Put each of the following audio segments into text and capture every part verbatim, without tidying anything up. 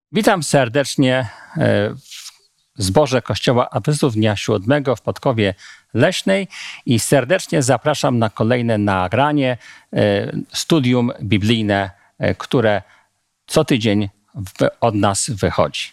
Witam serdecznie w zborze Kościoła Adwentystów Dnia Siódmego w Podkowie Leśnej i serdecznie zapraszam na kolejne nagranie, studium biblijne, które co tydzień od nas wychodzi.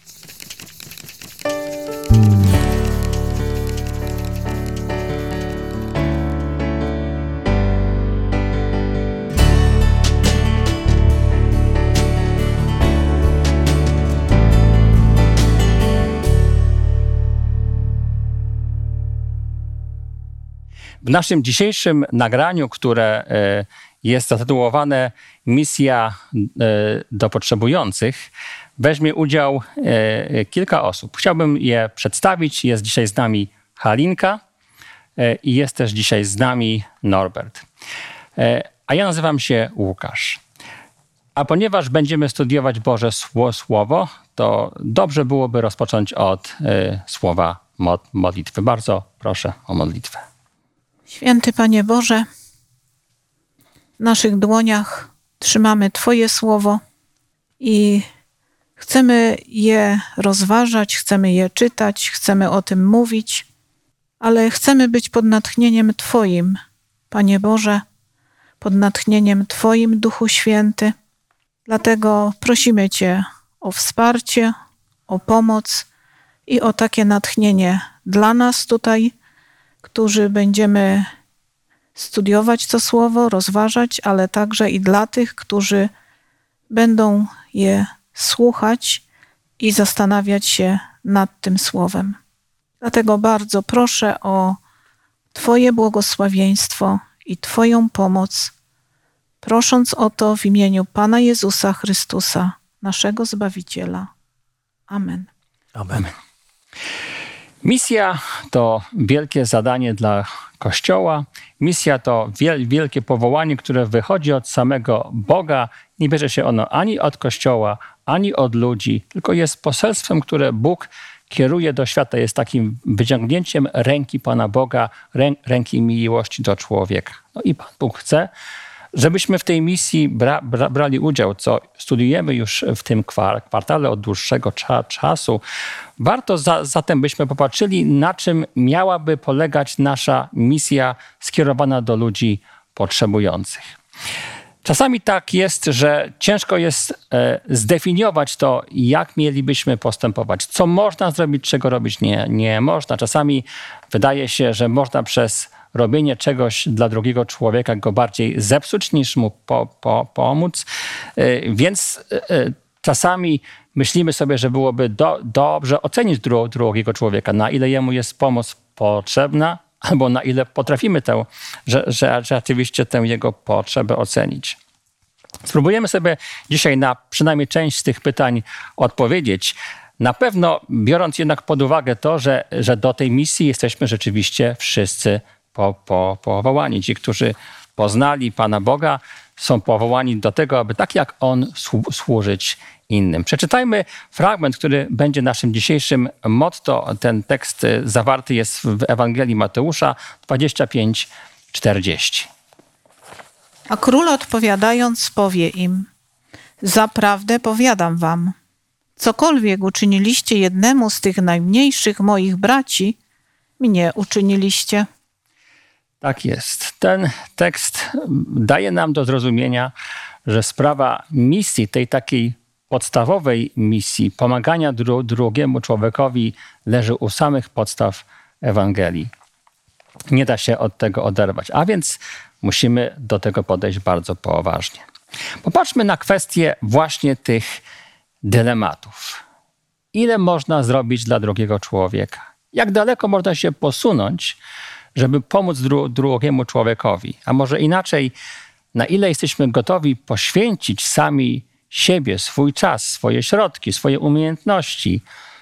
W naszym dzisiejszym nagraniu, które jest zatytułowane Misja do potrzebujących, weźmie udział kilka osób. Chciałbym je przedstawić. Jest dzisiaj z nami Halinka i jest też dzisiaj z nami Norbert. A ja nazywam się Łukasz. A ponieważ będziemy studiować Boże Słowo, to dobrze byłoby rozpocząć od słowa modlitwy. Bardzo proszę o modlitwę. Święty Panie Boże, w naszych dłoniach trzymamy Twoje słowo i chcemy je rozważać, chcemy je czytać, chcemy o tym mówić, ale chcemy być pod natchnieniem Twoim, Panie Boże, pod natchnieniem Twoim, Duchu Święty. Dlatego prosimy Cię o wsparcie, o pomoc i o takie natchnienie dla nas tutaj, którzy będziemy studiować to słowo, rozważać, ale także i dla tych, którzy będą je słuchać i zastanawiać się nad tym słowem. Dlatego bardzo proszę o Twoje błogosławieństwo i Twoją pomoc, prosząc o to w imieniu Pana Jezusa Chrystusa, naszego Zbawiciela. Amen. Amen. Misja to wielkie zadanie dla Kościoła. Misja to wiel, wielkie powołanie, które wychodzi od samego Boga. Nie bierze się ono ani od Kościoła, ani od ludzi, tylko jest poselstwem, które Bóg kieruje do świata. Jest takim wyciągnięciem ręki Pana Boga, rę, ręki miłości do człowieka. No i Pan Bóg chce, żebyśmy w tej misji bra, bra, brali udział, co studiujemy już w tym kwartale od dłuższego cza, czasu. Warto za, zatem byśmy popatrzyli, na czym miałaby polegać nasza misja skierowana do ludzi potrzebujących. Czasami tak jest, że ciężko jest e, zdefiniować to, jak mielibyśmy postępować. Co można zrobić, czego robić nie, nie można. Czasami wydaje się, że można przez robienie czegoś dla drugiego człowieka go bardziej zepsuć, niż mu po, po, pomóc. Więc czasami myślimy sobie, że byłoby do, dobrze ocenić dru, drugiego człowieka, na ile jemu jest pomoc potrzebna, albo na ile potrafimy tę, że, że rzeczywiście tę jego potrzebę ocenić. Spróbujemy sobie dzisiaj na przynajmniej część z tych pytań odpowiedzieć. Na pewno biorąc jednak pod uwagę to, że, że do tej misji jesteśmy rzeczywiście wszyscy Po, po, powołani. Ci, którzy poznali Pana Boga, są powołani do tego, aby tak jak On słu- służyć innym. Przeczytajmy fragment, który będzie naszym dzisiejszym motto. Ten tekst zawarty jest w Ewangelii Mateusza dwadzieścia pięć czterdzieści. A król odpowiadając powie im: zaprawdę powiadam wam, cokolwiek uczyniliście jednemu z tych najmniejszych moich braci, mnie uczyniliście. Tak jest. Ten tekst daje nam do zrozumienia, że sprawa misji, tej takiej podstawowej misji, pomagania dru- drugiemu człowiekowi, leży u samych podstaw Ewangelii. Nie da się od tego oderwać, a więc musimy do tego podejść bardzo poważnie. Popatrzmy na kwestię właśnie tych dylematów. Ile można zrobić dla drugiego człowieka? Jak daleko można się posunąć, żeby pomóc dru- drugiemu człowiekowi? A może inaczej, na ile jesteśmy gotowi poświęcić sami siebie, swój czas, swoje środki, swoje umiejętności,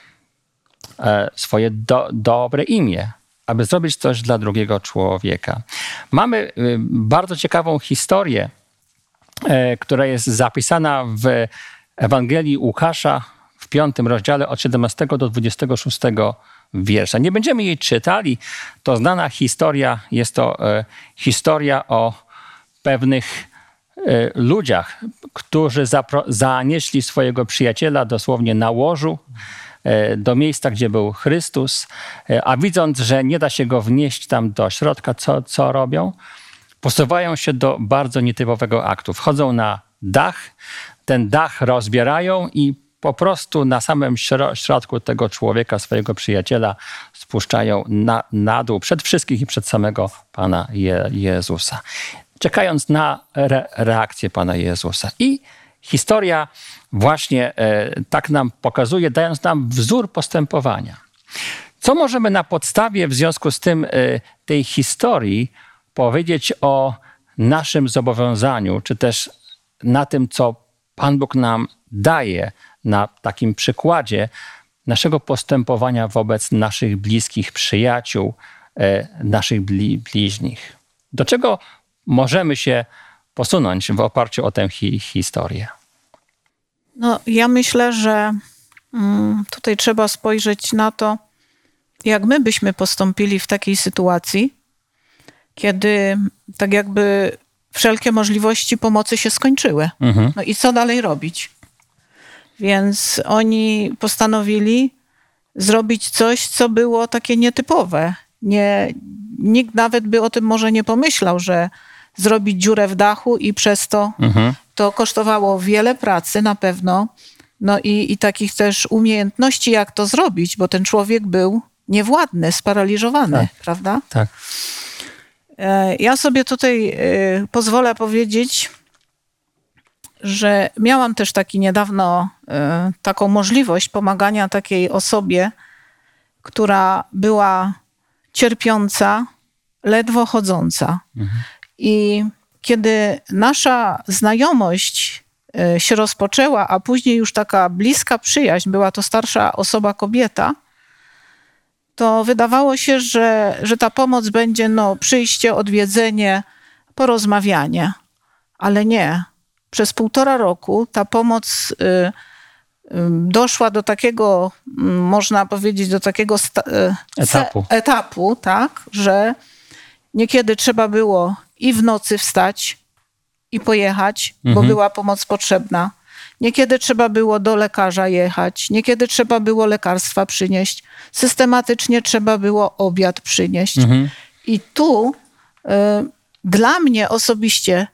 e, swoje do- dobre imię, aby zrobić coś dla drugiego człowieka. Mamy y, bardzo ciekawą historię, e, która jest zapisana w Ewangelii Łukasza w piątym rozdziale od siedemnastego do dwudziestego szóstego wiersza. Nie będziemy jej czytali. To znana historia. Jest to e, historia o pewnych ludziach, którzy zapro- zanieśli swojego przyjaciela dosłownie na łożu do miejsca, gdzie był Chrystus, a widząc, że nie da się go wnieść tam do środka, co, co robią? Posuwają się do bardzo nietypowego aktu. Wchodzą na dach, ten dach rozbierają i po prostu na samym środku tego człowieka, swojego przyjaciela, spuszczają na, na dół przed wszystkich i przed samego Pana Je- Jezusa. Czekając na re- reakcję Pana Jezusa. I historia właśnie e, tak nam pokazuje, dając nam wzór postępowania. Co możemy na podstawie w związku z tym e, tej historii powiedzieć o naszym zobowiązaniu, czy też na tym, co Pan Bóg nam daje na takim przykładzie naszego postępowania wobec naszych bliskich przyjaciół, e, naszych bli- bliźnich. Do czego możemy się posunąć w oparciu o tę hi- historię? No, ja myślę, że mm, tutaj trzeba spojrzeć na to, jak my byśmy postąpili w takiej sytuacji, kiedy tak jakby wszelkie możliwości pomocy się skończyły. Mhm. No i co dalej robić? Więc oni postanowili zrobić coś, co było takie nietypowe. Nie, nikt nawet by o tym może nie pomyślał, że zrobić dziurę w dachu i przez to Mhm. to kosztowało wiele pracy na pewno. No i, i takich też umiejętności, jak to zrobić, bo ten człowiek był niewładny, sparaliżowany, Tak. prawda? Tak. E, Ja sobie tutaj e, pozwolę powiedzieć, że miałam też taki niedawno e, taką możliwość pomagania takiej osobie, która była cierpiąca, ledwo chodząca. I kiedy nasza znajomość e, się rozpoczęła, a później już taka bliska przyjaźń, była to starsza osoba, kobieta, to wydawało się, że, że ta pomoc będzie no, przyjście, odwiedzenie, porozmawianie. Ale nie. Przez półtora roku ta pomoc y, y, doszła do takiego, y, można powiedzieć, do takiego sta, y, Etapu. se- etapu, tak, że niekiedy trzeba było i w nocy wstać i pojechać, bo Mhm. była pomoc potrzebna. Niekiedy trzeba było do lekarza jechać, niekiedy trzeba było lekarstwa przynieść, systematycznie trzeba było obiad przynieść. Mhm. I tu y, dla mnie osobiście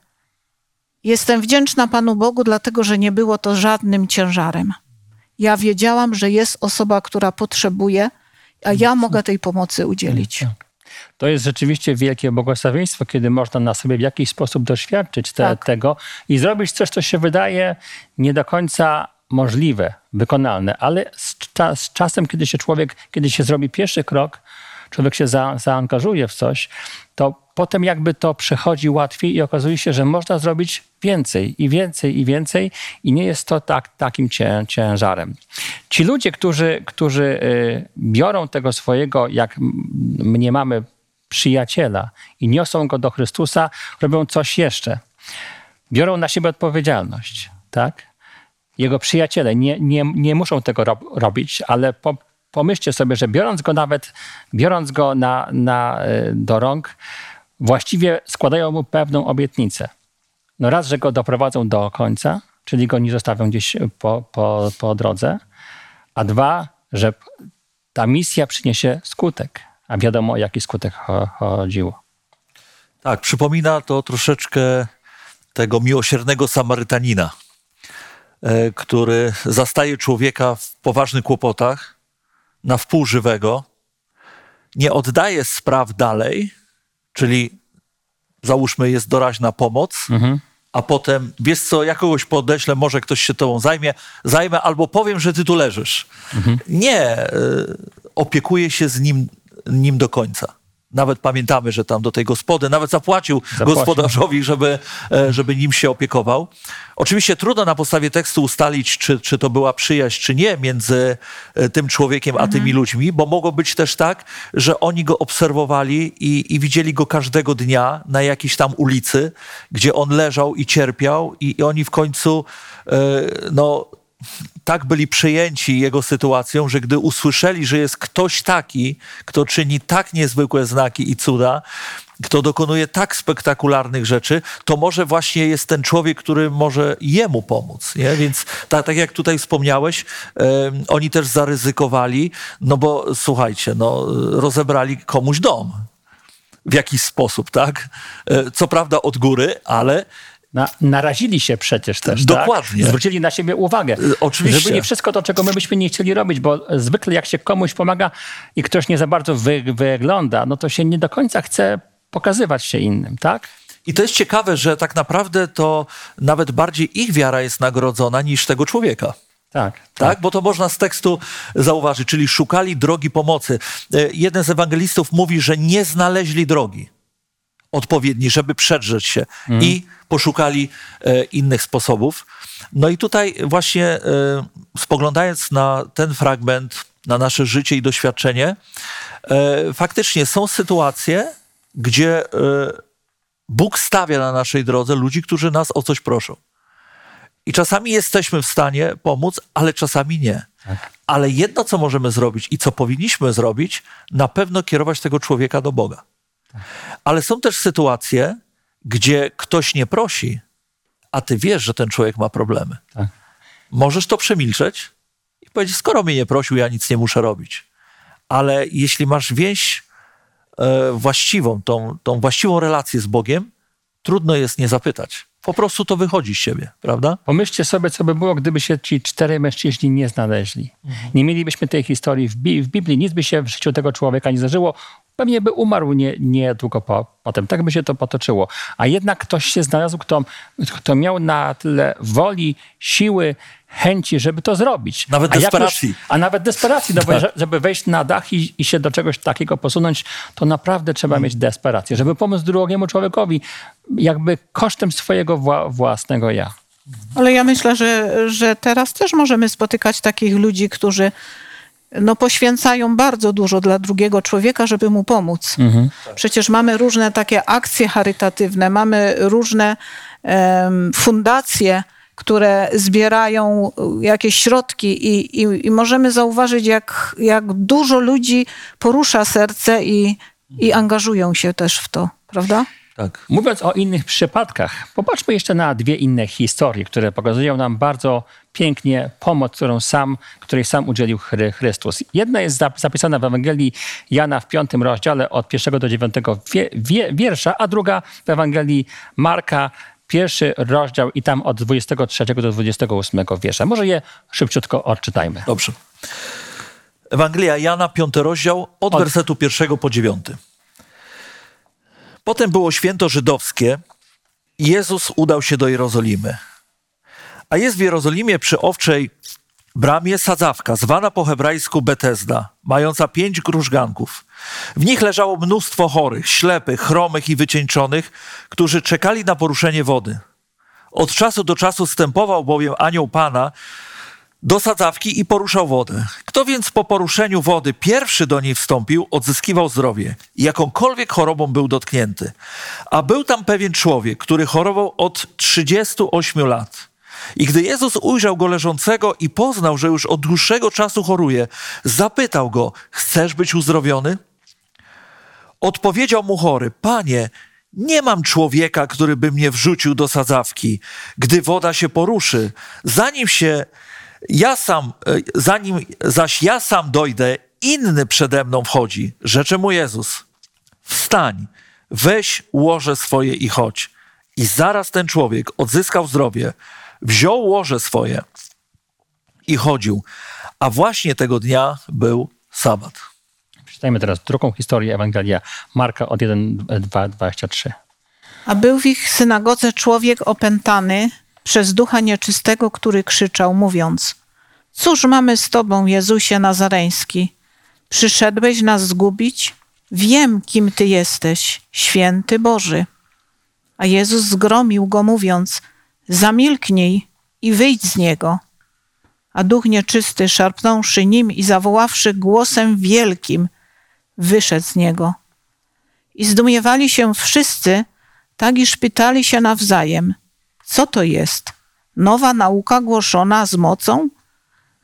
jestem wdzięczna Panu Bogu, dlatego że nie było to żadnym ciężarem. Ja wiedziałam, że jest osoba, która potrzebuje, a ja mogę tej pomocy udzielić. To jest rzeczywiście wielkie błogosławieństwo, kiedy można na sobie w jakiś sposób doświadczyć te, Tak. tego i zrobić coś, co się wydaje nie do końca możliwe, wykonalne, ale z, cza- z czasem, kiedy się człowiek, kiedy się zrobi pierwszy krok, człowiek się za, zaangażuje w coś, to potem jakby to przechodzi łatwiej i okazuje się, że można zrobić więcej i więcej i więcej i nie jest to tak, takim cię, ciężarem. Ci ludzie, którzy, którzy y, biorą tego swojego, jak m- mniemamy, przyjaciela i niosą go do Chrystusa, robią coś jeszcze. Biorą na siebie odpowiedzialność, tak? Jego przyjaciele nie, nie, nie muszą tego rob, robić, ale po, pomyślcie sobie, że biorąc go nawet, biorąc go na, na, y, do rąk, właściwie składają mu pewną obietnicę. No raz, że go doprowadzą do końca, czyli go nie zostawią gdzieś po, po, po drodze, a dwa, że ta misja przyniesie skutek, a wiadomo, o jaki skutek cho- chodziło. Tak, przypomina to troszeczkę tego miłosiernego Samarytanina, e, który zastaje człowieka w poważnych kłopotach, na wpół żywego, nie oddaje spraw dalej, czyli załóżmy jest doraźna pomoc, Mhm. a potem, wiesz co, ja kogoś podeślę, może ktoś się tobą zajmie, zajmę albo powiem, że ty tu leżysz. Nie, y, opiekuje się z nim, nim do końca. Nawet pamiętamy, że tam do tej gospody, nawet zapłacił, Zapłacił. gospodarzowi, żeby, e, żeby nim się opiekował. Oczywiście trudno na podstawie tekstu ustalić, czy, czy to była przyjaźń, czy nie między e, tym człowiekiem a tymi ludźmi, bo mogło być też tak, że oni go obserwowali i, i widzieli go każdego dnia na jakiejś tam ulicy, gdzie on leżał i cierpiał i, i oni w końcu e, no, tak byli przejęci jego sytuacją, że gdy usłyszeli, że jest ktoś taki, kto czyni tak niezwykłe znaki i cuda, kto dokonuje tak spektakularnych rzeczy, to może właśnie jest ten człowiek, który może jemu pomóc. Nie? Więc tak, tak jak tutaj wspomniałeś, um, oni też zaryzykowali, no bo słuchajcie, no, rozebrali komuś dom w jakiś sposób, tak? Co prawda od góry, ale Na, narazili się przecież też, Dokładnie. Tak? Zwrócili na siebie uwagę. Oczywiście. Żeby nie wszystko to, czego my byśmy nie chcieli robić, bo zwykle jak się komuś pomaga i ktoś nie za bardzo wy, wygląda, no to się nie do końca chce pokazywać się innym, tak? I to jest ciekawe, że tak naprawdę to nawet bardziej ich wiara jest nagrodzona niż tego człowieka. Tak, tak. Tak, bo to można z tekstu zauważyć, czyli szukali drogi pomocy. Jeden z ewangelistów mówi, że nie znaleźli drogi odpowiedniej, żeby przedrzeć się mm. i poszukali e, innych sposobów. No i tutaj właśnie e, spoglądając na ten fragment, na nasze życie i doświadczenie, e, faktycznie są sytuacje, gdzie e, Bóg stawia na naszej drodze ludzi, którzy nas o coś proszą. I czasami jesteśmy w stanie pomóc, ale czasami nie. Tak. Ale jedno, co możemy zrobić i co powinniśmy zrobić, na pewno kierować tego człowieka do Boga. Tak. Ale są też sytuacje, gdzie ktoś nie prosi, a ty wiesz, że ten człowiek ma problemy. Tak. Możesz to przemilczeć i powiedzieć, skoro mnie nie prosił, ja nic nie muszę robić. Ale jeśli masz więź e, właściwą, tą, tą właściwą relację z Bogiem, trudno jest nie zapytać. Po prostu to wychodzi z siebie, prawda? Pomyślcie sobie, co by było, gdyby się ci cztery mężczyźni nie znaleźli. Mhm. Nie mielibyśmy tej historii w, Bi- w Biblii, nic by się w życiu tego człowieka nie zdarzyło. Pewnie by umarł nie, niedługo po, potem. Tak by się to potoczyło. A jednak ktoś się znalazł, kto, kto miał na tyle woli, siły, chęci, żeby to zrobić. Nawet a desperacji. Już, a nawet desperacji, no bo żeby wejść na dach i, i się do czegoś takiego posunąć, to naprawdę trzeba hmm. mieć desperację, żeby pomóc drugiemu człowiekowi, jakby kosztem swojego wła- własnego ja. Ale ja myślę, że, że teraz też możemy spotykać takich ludzi, którzy no, poświęcają bardzo dużo dla drugiego człowieka, żeby mu pomóc. Mhm. Przecież mamy różne takie akcje charytatywne, mamy różne um, fundacje, które zbierają jakieś środki i, i, i możemy zauważyć, jak, jak dużo ludzi porusza serce i, i angażują się też w to, prawda? Tak. Mówiąc o innych przypadkach, popatrzmy jeszcze na dwie inne historie, które pokazują nam bardzo pięknie pomoc, którą sam, której sam udzielił Chrystus. Jedna jest zapisana w Ewangelii Jana w piątym rozdziale od pierwszego do dziewiątego wie, wie, wiersza, a druga w Ewangelii Marka, pierwszy rozdział i tam od dwudziestego trzeciego do dwudziestego ósmego wiersza. Może je szybciutko odczytajmy. Dobrze. Ewangelia Jana, piąty rozdział, od, od... wersetu pierwszego po dziewiąty. Potem było święto żydowskie i Jezus udał się do Jerozolimy. A jest w Jerozolimie przy owczej bramie sadzawka, zwana po hebrajsku Betesda, mająca pięć krużganków. W nich leżało mnóstwo chorych, ślepych, chromych i wycieńczonych, którzy czekali na poruszenie wody. Od czasu do czasu wstępował bowiem anioł Pana do sadzawki i poruszał wodę. Kto więc po poruszeniu wody pierwszy do niej wstąpił, odzyskiwał zdrowie, jakąkolwiek chorobą był dotknięty. A był tam pewien człowiek, który chorował od trzydziestu ośmiu lat. I gdy Jezus ujrzał go leżącego i poznał, że już od dłuższego czasu choruje, zapytał go, chcesz być uzdrowiony? Odpowiedział mu chory, Panie, nie mam człowieka, który by mnie wrzucił do sadzawki, gdy woda się poruszy. Zanim się ja sam, zanim zaś ja sam dojdę, inny przede mną wchodzi. Rzecze mu Jezus, wstań, weź łoże swoje i chodź. I zaraz ten człowiek odzyskał zdrowie, wziął łoże swoje i chodził. A właśnie tego dnia był sabat. Przeczytajmy teraz drugą historię, Ewangelia Marka od pierwszego, dwa, dwadzieścia trzy. A był w ich synagodze człowiek opętany przez ducha nieczystego, który krzyczał, mówiąc, cóż mamy z Tobą, Jezusie Nazareński? Przyszedłeś nas zgubić? Wiem, kim Ty jesteś, święty Boży. A Jezus zgromił go, mówiąc, zamilknij i wyjdź z niego. A duch nieczysty, szarpnąwszy nim i zawoławszy głosem wielkim, wyszedł z niego. I zdumiewali się wszyscy, tak iż pytali się nawzajem, co to jest? Nowa nauka głoszona z mocą?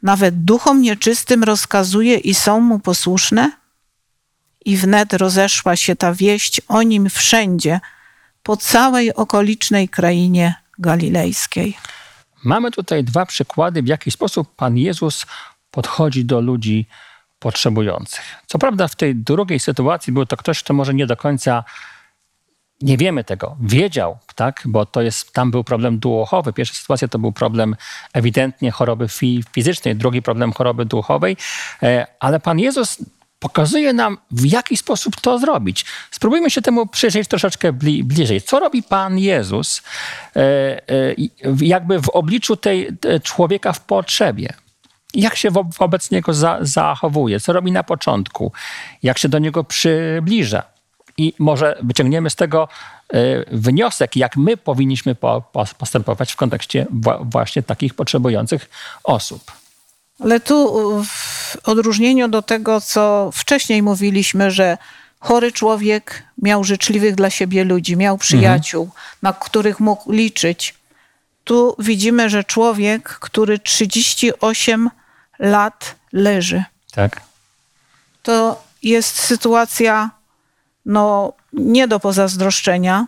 nawet duchom nieczystym rozkazuje i są mu posłuszne? I wnet rozeszła się ta wieść o nim wszędzie, po całej okolicznej krainie galilejskiej. Mamy tutaj dwa przykłady, w jaki sposób Pan Jezus podchodzi do ludzi potrzebujących. Co prawda w tej drugiej sytuacji był to ktoś, kto może nie do końca, nie wiemy tego, wiedział, tak? Bo to jest, tam był problem duchowy. Pierwsza sytuacja to był problem ewidentnie choroby fi- fizycznej, drugi problem choroby duchowej, e, ale Pan Jezus pokazuje nam, w jaki sposób to zrobić. Spróbujmy się temu przyjrzeć troszeczkę bli- bliżej. Co robi Pan Jezus e, e, jakby w obliczu tej e, człowieka w potrzebie? Jak się wo- wobec niego za- zachowuje? Co robi na początku? Jak się do niego przybliża? I może wyciągniemy z tego e, wniosek, jak my powinniśmy po- po- postępować w kontekście wa- właśnie takich potrzebujących osób. Ale tu w odróżnieniu do tego, co wcześniej mówiliśmy, że chory człowiek miał życzliwych dla siebie ludzi, miał przyjaciół, mhm. na których mógł liczyć. Tu widzimy, że człowiek, który trzydzieści osiem lat leży. Tak. To jest sytuacja no, nie do pozazdroszczenia,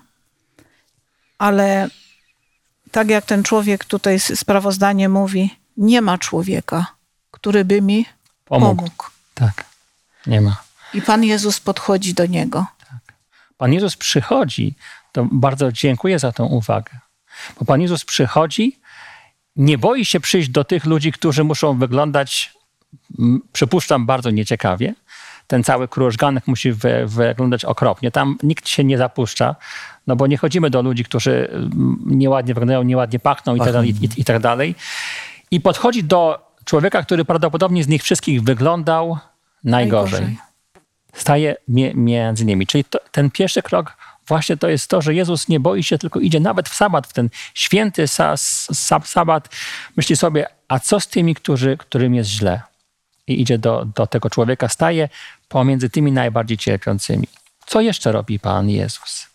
ale tak jak ten człowiek tutaj sprawozdanie mówi, nie ma człowieka, który by mi pomógł. pomógł. Tak, nie ma. I Pan Jezus podchodzi do niego. Tak. Pan Jezus przychodzi, to bardzo dziękuję za tą uwagę, bo Pan Jezus przychodzi, nie boi się przyjść do tych ludzi, którzy muszą wyglądać, m, przypuszczam, bardzo nieciekawie. Ten cały krużganek musi wy, wyglądać okropnie. Tam nikt się nie zapuszcza, no bo nie chodzimy do ludzi, którzy nieładnie wyglądają, nieładnie pachną i tak dalej, i, i tak dalej. I podchodzi do człowieka, który prawdopodobnie z nich wszystkich wyglądał najgorzej. najgorzej. Staje mie- między nimi. Czyli to, ten pierwszy krok właśnie to jest to, że Jezus nie boi się, tylko idzie nawet w sabat, w ten święty sa- sa- sabat. Myśli sobie, a co z tymi, którzy, którym jest źle? I idzie do, do tego człowieka, staje pomiędzy tymi najbardziej cierpiącymi. Co jeszcze robi Pan Jezus?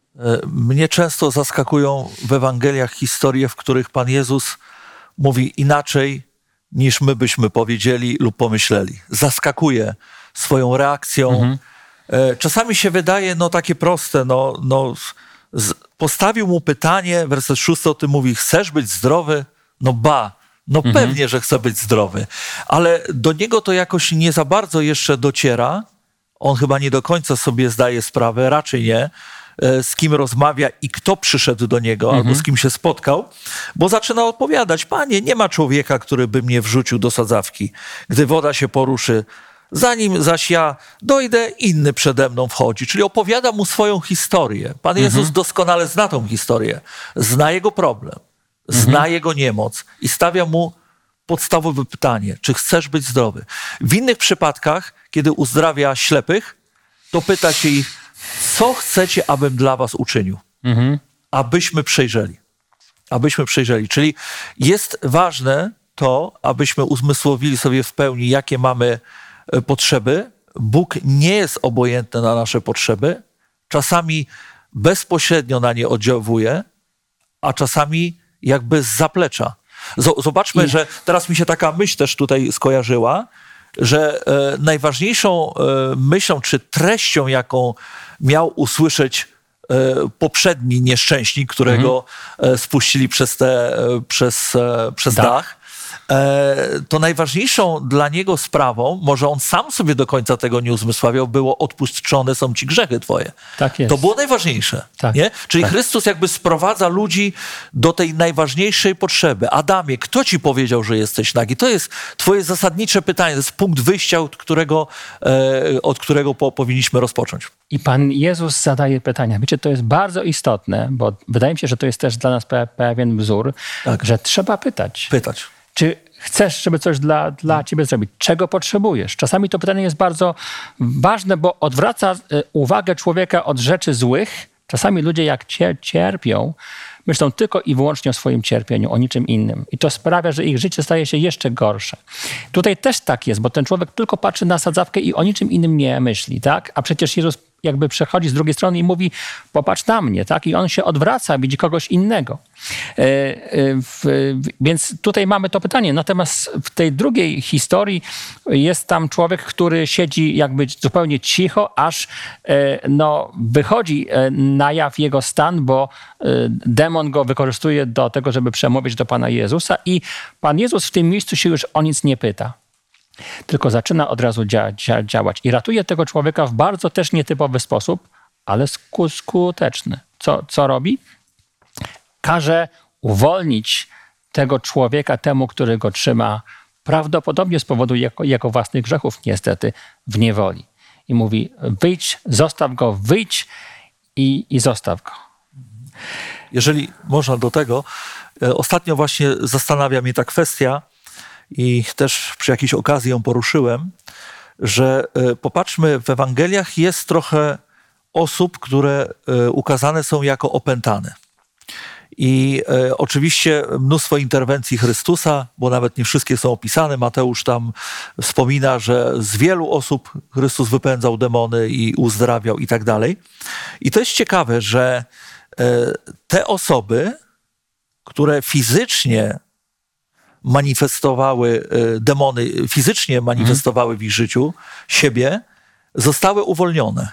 Mnie często zaskakują w Ewangeliach historie, w których Pan Jezus mówi inaczej, niż my byśmy powiedzieli lub pomyśleli. Zaskakuje swoją reakcją. Mhm. Czasami się wydaje no takie proste. No, no, z, postawił mu pytanie, werset szósty o tym mówi, chcesz być zdrowy? No ba, no mhm. pewnie, że chcę być zdrowy. Ale do niego to jakoś nie za bardzo jeszcze dociera. On chyba nie do końca sobie zdaje sprawę, raczej nie, z kim rozmawia i kto przyszedł do niego, mhm. albo z kim się spotkał, bo zaczyna odpowiadać, panie, nie ma człowieka, który by mnie wrzucił do sadzawki, gdy woda się poruszy. Zanim zaś ja dojdę, inny przede mną wchodzi. Czyli opowiada mu swoją historię. Pan Jezus mhm. doskonale zna tą historię. Zna jego problem. Zna mhm. jego niemoc. I stawia mu podstawowe pytanie. Czy chcesz być zdrowy? W innych przypadkach, kiedy uzdrawia ślepych, to pyta się ich, co chcecie, abym dla was uczynił? Mhm. Abyśmy przejrzeli. Abyśmy przejrzeli. Czyli jest ważne to, abyśmy uzmysłowili sobie w pełni, jakie mamy potrzeby. Bóg nie jest obojętny na nasze potrzeby. Czasami bezpośrednio na nie oddziałuje, a czasami jakby z zaplecza. Zobaczmy, I... że teraz mi się taka myśl też tutaj skojarzyła, że e, najważniejszą e, myślą czy treścią, jaką miał usłyszeć e, poprzedni nieszczęśnik, którego mhm. e, spuścili przez, te, e, przez, e, przez dach, dach e, to najważniejszą dla niego sprawą, może on sam sobie do końca tego nie uzmysławiał, było odpuszczone są ci grzechy twoje. Tak jest. To było najważniejsze. Tak. Nie? Czyli tak. Chrystus jakby sprowadza ludzi do tej najważniejszej potrzeby. Adamie, kto ci powiedział, że jesteś nagi? To jest twoje zasadnicze pytanie. To jest punkt wyjścia, od którego, e, od którego po, powinniśmy rozpocząć. I Pan Jezus zadaje pytania. Wiecie, to jest bardzo istotne, bo wydaje mi się, że to jest też dla nas pe- pewien wzór, tak. że trzeba pytać. Pytać. Czy chcesz, żeby coś dla, dla ciebie zrobić? Czego potrzebujesz? Czasami to pytanie jest bardzo ważne, bo odwraca uwagę człowieka od rzeczy złych. Czasami ludzie jak cierpią, myślą tylko i wyłącznie o swoim cierpieniu, o niczym innym. I to sprawia, że ich życie staje się jeszcze gorsze. Tutaj też tak jest, bo ten człowiek tylko patrzy na sadzawkę i o niczym innym nie myśli, tak? A przecież Jezus jakby przechodzi z drugiej strony i mówi, popatrz na mnie, tak? I on się odwraca, widzi kogoś innego. E, e, w, więc tutaj mamy to pytanie. Natomiast w tej drugiej historii jest tam człowiek, który siedzi jakby zupełnie cicho, aż e, no, wychodzi na jaw jego stan, bo e, demon go wykorzystuje do tego, żeby przemówić do Pana Jezusa i Pan Jezus w tym miejscu się już o nic nie pyta. Tylko zaczyna od razu dzia- dzia- działać i ratuje tego człowieka w bardzo też nietypowy sposób, ale sku- skuteczny. Co, co robi? Każe uwolnić tego człowieka temu, który go trzyma, prawdopodobnie z powodu jego, jego własnych grzechów, niestety, w niewoli. I mówi, wyjdź, zostaw go, wyjdź i, i zostaw go. Jeżeli można do tego, ostatnio właśnie zastanawia mnie ta kwestia, i też przy jakiejś okazji ją poruszyłem, że popatrzmy, w Ewangeliach jest trochę osób, które ukazane są jako opętane. I e, oczywiście mnóstwo interwencji Chrystusa, bo nawet nie wszystkie są opisane. Mateusz tam wspomina, że z wielu osób Chrystus wypędzał demony i uzdrawiał i tak dalej. I to jest ciekawe, że e, te osoby, które fizycznie manifestowały, demony fizycznie manifestowały w ich życiu siebie, zostały uwolnione.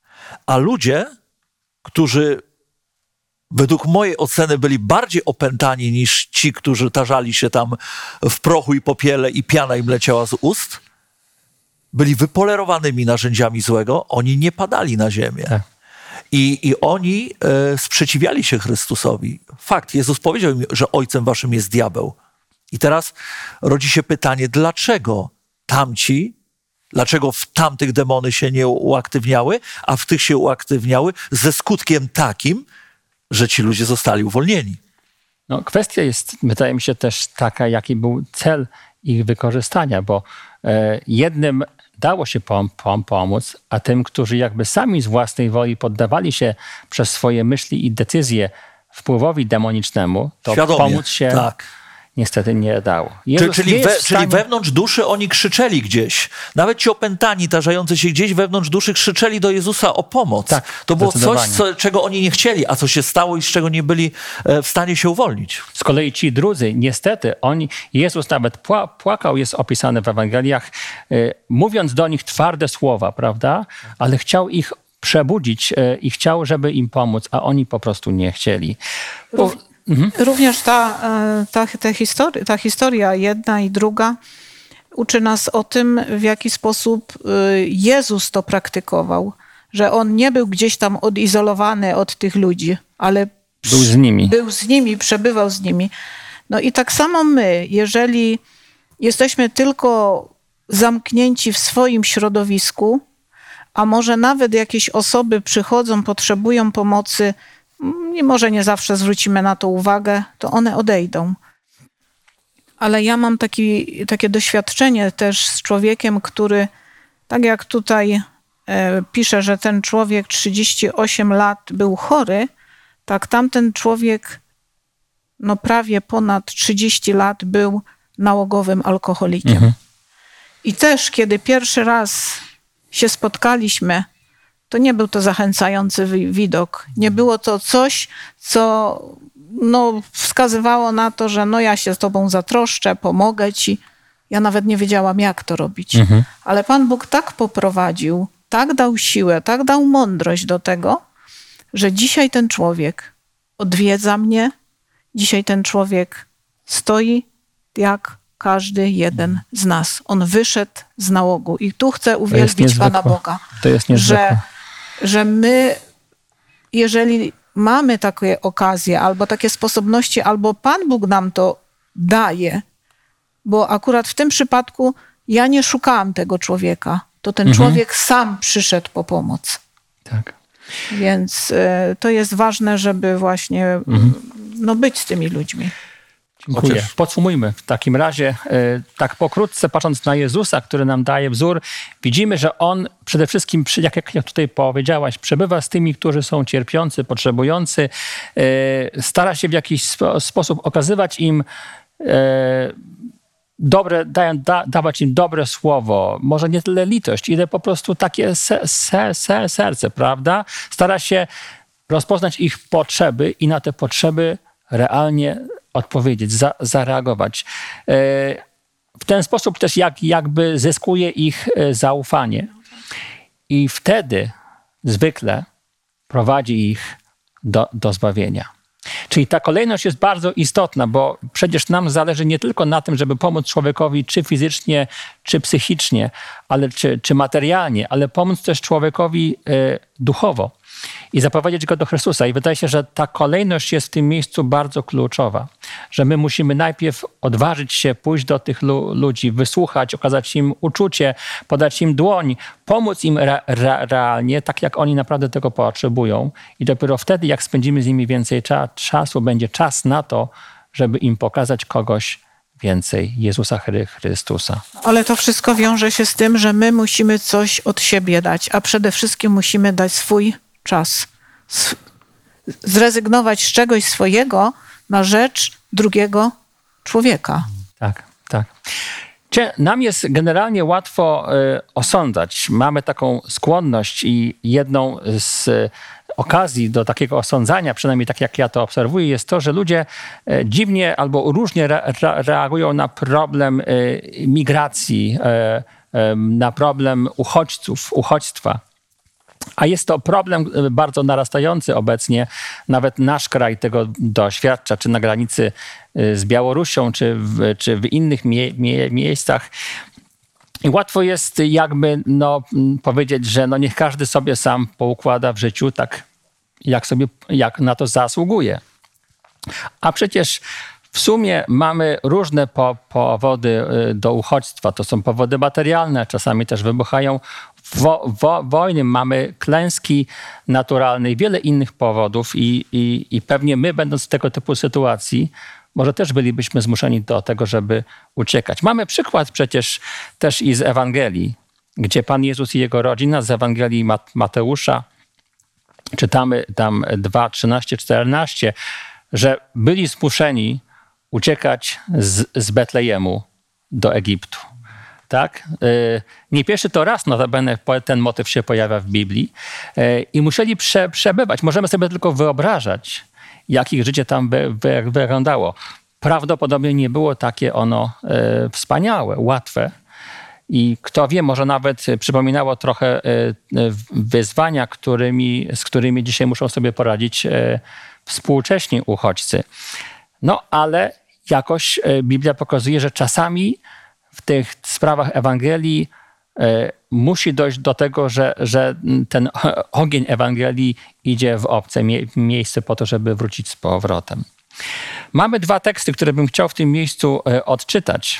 A ludzie, którzy według mojej oceny byli bardziej opętani niż ci, którzy tarzali się tam w prochu i popiele i piana im leciała z ust, byli wypolerowanymi narzędziami złego, oni nie padali na ziemię. Tak. I, I oni e, sprzeciwiali się Chrystusowi. Fakt, Jezus powiedział im, że ojcem waszym jest diabeł. I teraz rodzi się pytanie, dlaczego tamci, dlaczego w tamtych demony się nie uaktywniały, a w tych się uaktywniały ze skutkiem takim, że ci ludzie zostali uwolnieni. No, kwestia jest, wydaje mi się, też taka, jaki był cel ich wykorzystania, bo e, jednym dało się pom- pom- pomóc, a tym, którzy jakby sami z własnej woli poddawali się przez swoje myśli i decyzje wpływowi demonicznemu, to Świadomie, pomóc się tak. niestety nie dało. Czyli, czyli, we, stanie... czyli wewnątrz duszy oni krzyczeli gdzieś. Nawet ci opętani, tarzający się gdzieś wewnątrz duszy krzyczeli do Jezusa o pomoc. Tak, to było coś, co, czego oni nie chcieli, a co się stało i z czego nie byli w stanie się uwolnić. Z kolei ci drudzy, niestety, oni, Jezus nawet pła, płakał, jest opisane w Ewangeliach, y, mówiąc do nich twarde słowa, prawda? Ale chciał ich przebudzić y, i chciał, żeby im pomóc, a oni po prostu nie chcieli. Bo, Mhm. Również ta, ta, ta, historia, ta historia jedna i druga uczy nas o tym, w jaki sposób Jezus to praktykował. Że On nie był gdzieś tam odizolowany od tych ludzi, ale był z nimi. Był z nimi, przebywał z nimi. No i tak samo my, jeżeli jesteśmy tylko zamknięci w swoim środowisku, a może nawet jakieś osoby przychodzą, potrzebują pomocy, i może nie zawsze zwrócimy na to uwagę, to one odejdą. Ale ja mam taki, takie doświadczenie też z człowiekiem, który, tak jak tutaj e, pisze, że ten człowiek trzydzieści osiem lat był chory, tak tamten człowiek no prawie ponad trzydzieści lat był nałogowym alkoholikiem. Mhm. I też, kiedy pierwszy raz się spotkaliśmy, to nie był to zachęcający widok. Nie było to coś, co no, wskazywało na to, że no ja się z tobą zatroszczę, pomogę ci. Ja nawet nie wiedziałam, jak to robić. Mhm. Ale Pan Bóg tak poprowadził, tak dał siłę, tak dał mądrość do tego, że dzisiaj ten człowiek odwiedza mnie, dzisiaj ten człowiek stoi jak każdy jeden z nas. On wyszedł z nałogu i tu chcę uwielbić Pana Boga. To jest niezwykłe. Że, że my, jeżeli mamy takie okazje, albo takie sposobności, albo Pan Bóg nam to daje, bo akurat w tym przypadku ja nie szukałam tego człowieka, to ten mhm. człowiek sam przyszedł po pomoc. Tak. Więc y, to jest ważne, żeby właśnie mhm. no, być z tymi ludźmi. Dziękuję. Chociaż... Podsumujmy w takim razie, tak pokrótce patrząc na Jezusa, który nam daje wzór, widzimy, że On przede wszystkim, jak, jak tutaj powiedziałaś, przebywa z tymi, którzy są cierpiący, potrzebujący, stara się w jakiś sposób okazywać im dobre, dają, da, dawać im dobre słowo, może nie tyle litość, ile po prostu takie se, se, se, serce, prawda? Stara się rozpoznać ich potrzeby i na te potrzeby realnie odpowiedzieć, za, zareagować. W ten sposób też jak, jakby zyskuje ich zaufanie. I wtedy zwykle prowadzi ich do, do zbawienia. Czyli ta kolejność jest bardzo istotna, bo przecież nam zależy nie tylko na tym, żeby pomóc człowiekowi czy fizycznie, czy psychicznie, ale czy, czy materialnie, ale pomóc też człowiekowi y, duchowo i zaprowadzić go do Chrystusa. I wydaje się, że ta kolejność jest w tym miejscu bardzo kluczowa, że my musimy najpierw odważyć się pójść do tych lu- ludzi, wysłuchać, okazać im uczucie, podać im dłoń, pomóc im re- re- realnie, tak jak oni naprawdę tego potrzebują. I dopiero wtedy, jak spędzimy z nimi więcej cza- czasu, będzie czas na to, żeby im pokazać kogoś więcej, Jezusa Chry- Chrystusa. Ale to wszystko wiąże się z tym, że my musimy coś od siebie dać, a przede wszystkim musimy dać swój czas. Zrezygnować z czegoś swojego na rzecz drugiego człowieka. Tak, tak. Cie, nam jest generalnie łatwo y, osądzać. Mamy taką skłonność i jedną z y, okazji do takiego osądzania, przynajmniej tak jak ja to obserwuję, jest to, że ludzie y, dziwnie albo różnie re, re, reagują na problem y, migracji, y, y, na problem uchodźców, uchodźstwa. A jest to problem bardzo narastający obecnie. Nawet nasz kraj tego doświadcza, czy na granicy z Białorusią, czy w, czy w innych mie- mie- miejscach. I łatwo jest jakby no, powiedzieć, że no niech każdy sobie sam poukłada w życiu tak, jak sobie, jak na to zasługuje. A przecież w sumie mamy różne po, powody do uchodźstwa. To są powody materialne, czasami też wybuchają wo, wo, wojny, mamy klęski naturalne i wiele innych powodów i, i, i pewnie my, będąc w tego typu sytuacji, może też bylibyśmy zmuszeni do tego, żeby uciekać. Mamy przykład przecież też i z Ewangelii, gdzie Pan Jezus i Jego rodzina z Ewangelii Mateusza, czytamy tam dwa, trzynaście, czternaście, że byli zmuszeni uciekać z, z Betlejemu do Egiptu. Tak? Nie pierwszy to raz notabene ten motyw się pojawia w Biblii i musieli prze, przebywać. Możemy sobie tylko wyobrażać, jak ich życie tam wy, wy, wyglądało. Prawdopodobnie nie było takie ono e, wspaniałe, łatwe. I kto wie, może nawet przypominało trochę e, wyzwania, którymi, z którymi dzisiaj muszą sobie poradzić e, współcześni uchodźcy. No ale jakoś e, Biblia pokazuje, że czasami w tych sprawach Ewangelii e, musi dojść do tego, że, że ten ogień Ewangelii idzie w obce mie- miejsce po to, żeby wrócić z powrotem. Mamy dwa teksty, które bym chciał w tym miejscu e, odczytać.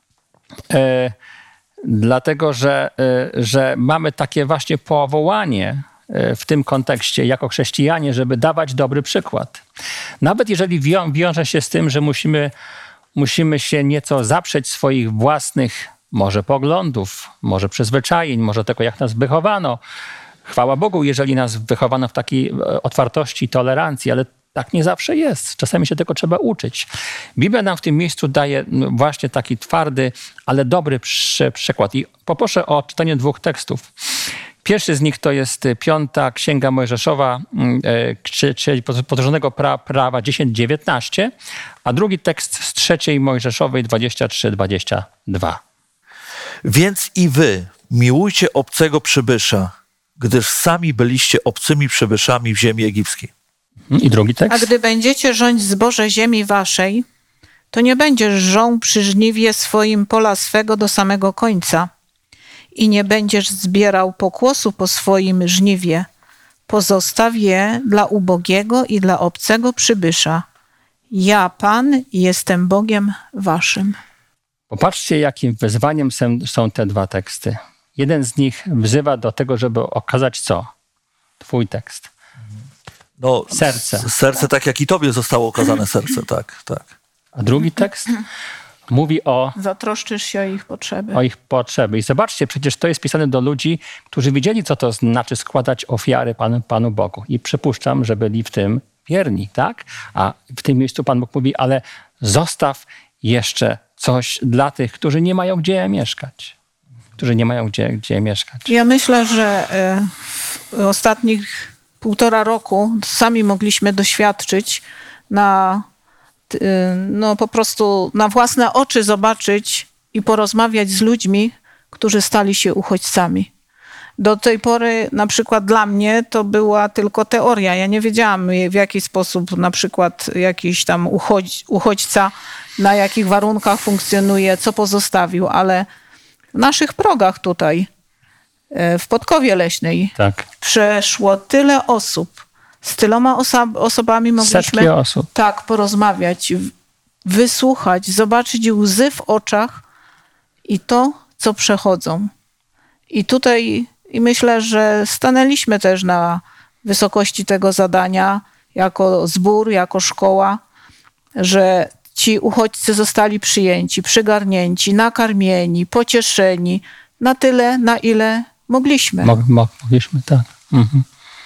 E, dlatego, że, e, że mamy takie właśnie powołanie e, w tym kontekście jako chrześcijanie, żeby dawać dobry przykład. Nawet jeżeli wią- wiąże się z tym, że musimy, musimy się nieco zaprzeć swoich własnych może poglądów, może przyzwyczajeń, może tego, jak nas wychowano. Chwała Bogu, jeżeli nas wychowano w takiej otwartości i tolerancji, ale tak nie zawsze jest. Czasami się tego trzeba uczyć. Biblia nam w tym miejscu daje właśnie taki twardy, ale dobry przy, przykład. I poproszę o czytanie dwóch tekstów. Pierwszy z nich to jest piąta Księga Mojżeszowa, czyli podróżnego pra, prawa dziesięć dziewiętnaście, a drugi tekst z trzeciej Mojżeszowej dwadzieścia trzy dwadzieścia dwa. Więc i wy miłujcie obcego przybysza, gdyż sami byliście obcymi przybyszami w ziemi egipskiej. I drugi tekst. A gdy będziecie rządź zboże ziemi waszej, to nie będziesz żął przy żniwie swoim pola swego do samego końca i nie będziesz zbierał pokłosu po swoim żniwie. Pozostaw je dla ubogiego i dla obcego przybysza. Ja, Pan, jestem Bogiem waszym. Popatrzcie, jakim wyzwaniem są te dwa teksty. Jeden z nich wzywa do tego, żeby okazać co? Twój tekst. No, serce. S- serce, tak jak i tobie zostało okazane serce, tak, tak. A drugi tekst mówi o, Zatroszczysz się o ich potrzeby. o ich potrzeby. I zobaczcie, przecież to jest pisane do ludzi, którzy wiedzieli, co to znaczy składać ofiary Panu, Panu Bogu. I przypuszczam, że byli w tym wierni, tak? A w tym miejscu Pan Bóg mówi, ale zostaw jeszcze coś dla tych, którzy nie mają gdzie mieszkać. Którzy nie mają gdzie, gdzie mieszkać. Ja myślę, że e, w ostatnich półtora roku sami mogliśmy doświadczyć na, e, no po prostu na własne oczy zobaczyć i porozmawiać z ludźmi, którzy stali się uchodźcami. Do tej pory na przykład dla mnie to była tylko teoria. Ja nie wiedziałam, w jaki sposób na przykład jakiś tam uchodź, uchodźca, na jakich warunkach funkcjonuje, co pozostawił, ale w naszych progach tutaj, w Podkowie Leśnej, Tak. przeszło tyle osób. Z tyloma oso- osobami mogliśmy Setki osób. tak porozmawiać, w- wysłuchać, zobaczyć łzy w oczach i to, co przechodzą. I tutaj i myślę, że stanęliśmy też na wysokości tego zadania jako zbór, jako szkoła, że ci uchodźcy zostali przyjęci, przygarnięci, nakarmieni, pocieszeni na tyle, na ile mogliśmy. Mog, mog, mogliśmy, tak. Mhm.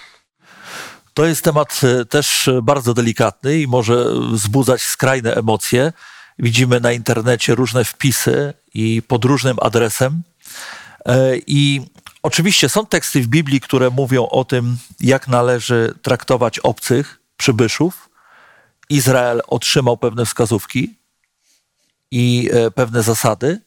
To jest temat e, też bardzo delikatny i może wzbudzać skrajne emocje. Widzimy na internecie różne wpisy i pod różnym adresem. E, I oczywiście są teksty w Biblii, które mówią o tym, jak należy traktować obcych, przybyszów. Izrael otrzymał pewne wskazówki i e, pewne zasady,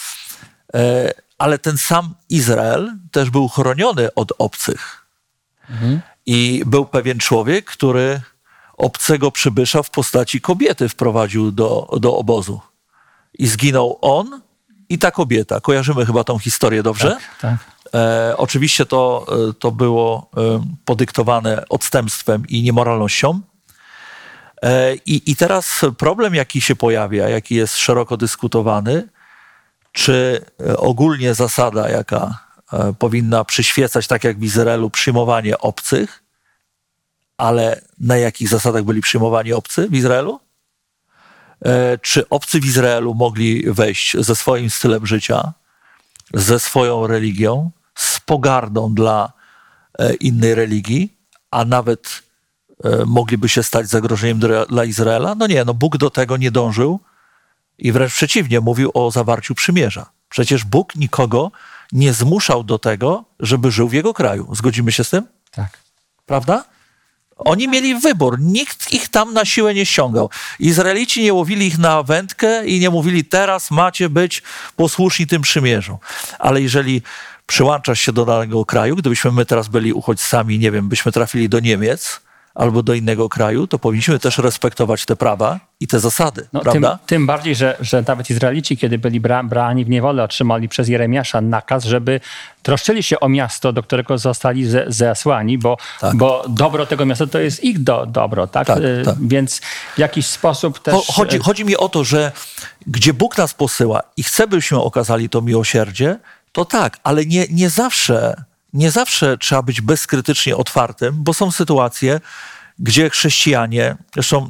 e, ale ten sam Izrael też był chroniony od obcych. Mhm. I był pewien człowiek, który obcego przybysza w postaci kobiety wprowadził do, do obozu. I zginął on i ta kobieta. Kojarzymy chyba tą historię, dobrze? Tak, tak. E, oczywiście to, to było e, podyktowane odstępstwem i niemoralnością. E, i, I teraz problem, jaki się pojawia, jaki jest szeroko dyskutowany, czy ogólnie zasada, jaka e, powinna przyświecać, tak jak w Izraelu, przyjmowanie obcych, ale na jakich zasadach byli przyjmowani obcy w Izraelu? E, czy obcy w Izraelu mogli wejść ze swoim stylem życia, ze swoją religią, z pogardą dla e, innej religii, a nawet e, mogliby się stać zagrożeniem dla, dla Izraela? No nie, no Bóg do tego nie dążył i wręcz przeciwnie, mówił o zawarciu przymierza. Przecież Bóg nikogo nie zmuszał do tego, żeby żył w jego kraju. Zgodzimy się z tym? Tak. Prawda? Oni mieli wybór. Nikt ich tam na siłę nie ściągał. Izraelici nie łowili ich na wędkę i nie mówili, teraz macie być posłuszni tym przymierzu. Ale jeżeli przyłączasz się do danego kraju, gdybyśmy my teraz byli uchodźcami, nie wiem, byśmy trafili do Niemiec albo do innego kraju, to powinniśmy też respektować te prawa i te zasady, No, prawda? tym, tym bardziej, że, że nawet Izraelici, kiedy byli bra, brani w niewolę, otrzymali przez Jeremiasza nakaz, żeby troszczyli się o miasto, do którego zostali ze, zesłani, bo, Tak. bo dobro tego miasta to jest ich do, dobro, tak? Tak, Y, tak. Więc w jakiś sposób też... Cho- Chodzi, chodzi mi o to, że gdzie Bóg nas posyła i chce, byśmy okazali to miłosierdzie, to tak, ale nie, nie zawsze, nie zawsze trzeba być bezkrytycznie otwartym, bo są sytuacje, gdzie chrześcijanie, zresztą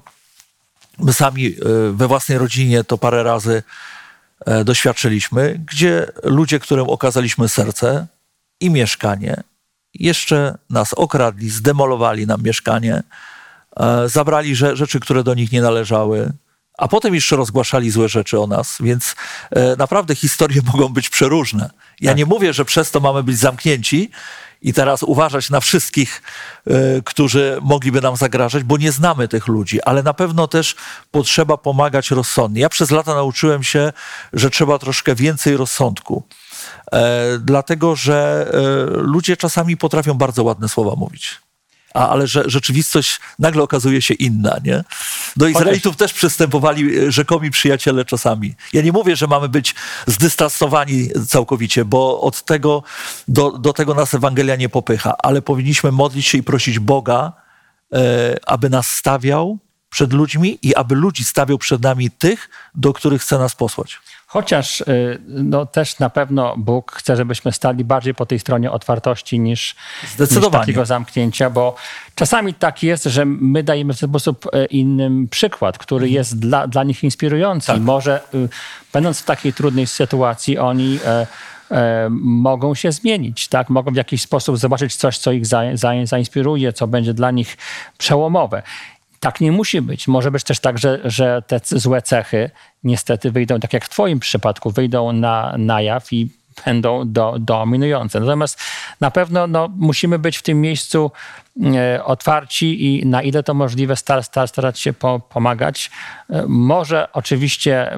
my sami y, we własnej rodzinie to parę razy e, doświadczyliśmy, gdzie ludzie, którym okazaliśmy serce i mieszkanie, jeszcze nas okradli, zdemolowali nam mieszkanie, e, zabrali rze- rzeczy, które do nich nie należały, a potem jeszcze rozgłaszali złe rzeczy o nas, więc e, naprawdę historie mogą być przeróżne. Ja Tak. nie mówię, że przez to mamy być zamknięci i teraz uważać na wszystkich, e, którzy mogliby nam zagrażać, bo nie znamy tych ludzi, ale na pewno też potrzeba pomagać rozsądnie. Ja przez lata nauczyłem się, że trzeba troszkę więcej rozsądku, e, dlatego że e, ludzie czasami potrafią bardzo ładne słowa mówić. A, ale że rzeczywistość nagle okazuje się inna, nie? Do Izraelitów też przystępowali e, rzekomi przyjaciele czasami. Ja nie mówię, że mamy być zdystansowani całkowicie, bo od tego, do, do tego nas Ewangelia nie popycha, ale powinniśmy modlić się i prosić Boga, e, aby nas stawiał przed ludźmi i aby ludzi stawiał przed nami tych, do których chce nas posłać. Chociaż y, no, też na pewno Bóg chce, żebyśmy stali bardziej po tej stronie otwartości niż, niż Zdecydowanie. takiego zamknięcia, bo czasami tak jest, że my dajemy w ten sposób y, innym przykład, który jest dla, dla nich inspirujący. Tak. Może y, będąc w takiej trudnej sytuacji, oni y, y, mogą się zmienić, tak? Mogą w jakiś sposób zobaczyć coś, co ich za, za, zainspiruje, co będzie dla nich przełomowe. tak nie musi być. Może być też tak, że, że te złe cechy niestety wyjdą, tak jak w twoim przypadku, wyjdą na, na jaw i będą do, dominujące. Natomiast na pewno no, musimy być w tym miejscu e, otwarci i na ile to możliwe star, star, starać się po, pomagać. E, może oczywiście e,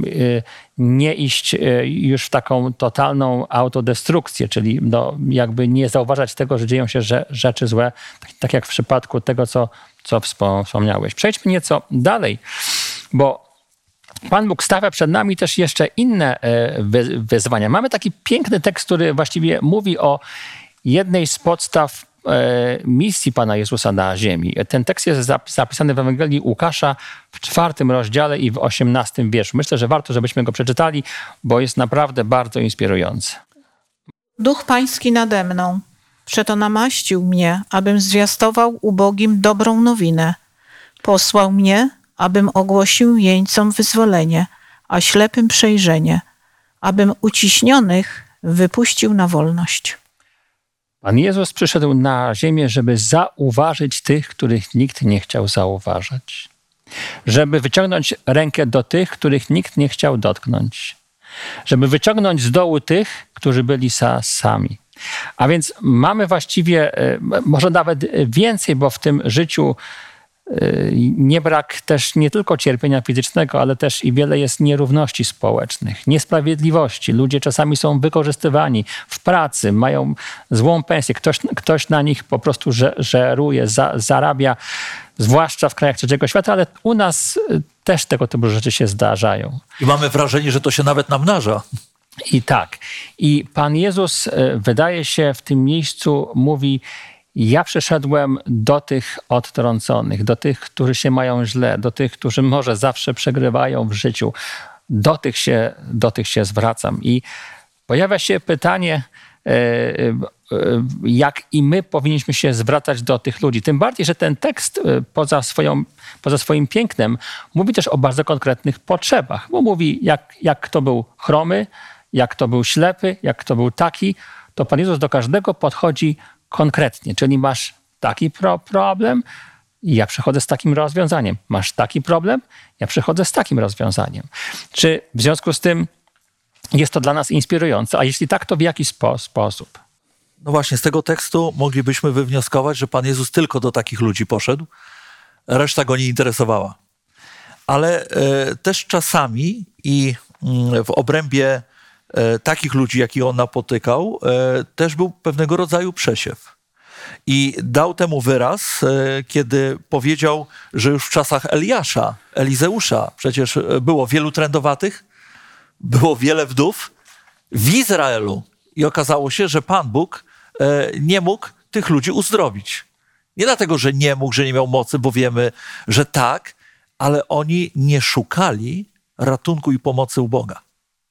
nie iść e, już w taką totalną autodestrukcję, czyli no, jakby nie zauważać tego, że dzieją się że, rzeczy złe, tak, tak jak w przypadku tego, co, co wspomniałeś. Przejdźmy nieco dalej, bo Pan Bóg stawia przed nami też jeszcze inne wyzwania. Mamy taki piękny tekst, który właściwie mówi o jednej z podstaw misji Pana Jezusa na ziemi. Ten tekst jest zapisany w Ewangelii Łukasza w czwartym rozdziale i w osiemnastym wierszu. Myślę, że warto, żebyśmy go przeczytali, bo jest naprawdę bardzo inspirujący. Duch Pański nade mną, przeto namaścił mnie, abym zwiastował ubogim dobrą nowinę. Posłał mnie, abym ogłosił jeńcom wyzwolenie, a ślepym przejrzenie, abym uciśnionych wypuścił na wolność. Pan Jezus przyszedł na ziemię, żeby zauważyć tych, których nikt nie chciał zauważać. Żeby wyciągnąć rękę do tych, których nikt nie chciał dotknąć. Żeby wyciągnąć z dołu tych, którzy byli sa, sami. A więc mamy właściwie, może nawet więcej, bo w tym życiu nie brak też nie tylko cierpienia fizycznego, ale też i wiele jest nierówności społecznych, niesprawiedliwości. Ludzie czasami są wykorzystywani w pracy, mają złą pensję. Ktoś, ktoś na nich po prostu żeruje, za, zarabia, zwłaszcza w krajach trzeciego świata, ale u nas też tego typu rzeczy się zdarzają. I mamy wrażenie, że to się nawet namnaża. I tak. I Pan Jezus, wydaje się, w tym miejscu mówi: ja przyszedłem do tych odtrąconych, do tych, którzy się mają źle, do tych, którzy może zawsze przegrywają w życiu. Do tych się, do tych się zwracam. I pojawia się pytanie, jak i my powinniśmy się zwracać do tych ludzi. Tym bardziej, że ten tekst poza, swoją, poza swoim pięknem mówi też o bardzo konkretnych potrzebach. Bo mówi, jak, jak kto był chromy, jak kto był ślepy, jak kto był taki, to Pan Jezus do każdego podchodzi konkretnie, czyli masz taki pro- problem, ja przychodzę z takim rozwiązaniem. Masz taki problem, ja przychodzę z takim rozwiązaniem. Czy w związku z tym jest to dla nas inspirujące? A jeśli tak, to w jaki spo- sposób? No właśnie, z tego tekstu moglibyśmy wywnioskować, że Pan Jezus tylko do takich ludzi poszedł, reszta go nie interesowała. Ale e, też czasami i mm, w obrębie takich ludzi, jakich on napotykał, też był pewnego rodzaju przesiew. I dał temu wyraz, kiedy powiedział, że już w czasach Eliasza, Elizeusza, przecież było wielu trędowatych, było wiele wdów w Izraelu. I okazało się, że Pan Bóg nie mógł tych ludzi uzdrowić. Nie dlatego, że nie mógł, że nie miał mocy, bo wiemy, że tak, ale oni nie szukali ratunku i pomocy u Boga.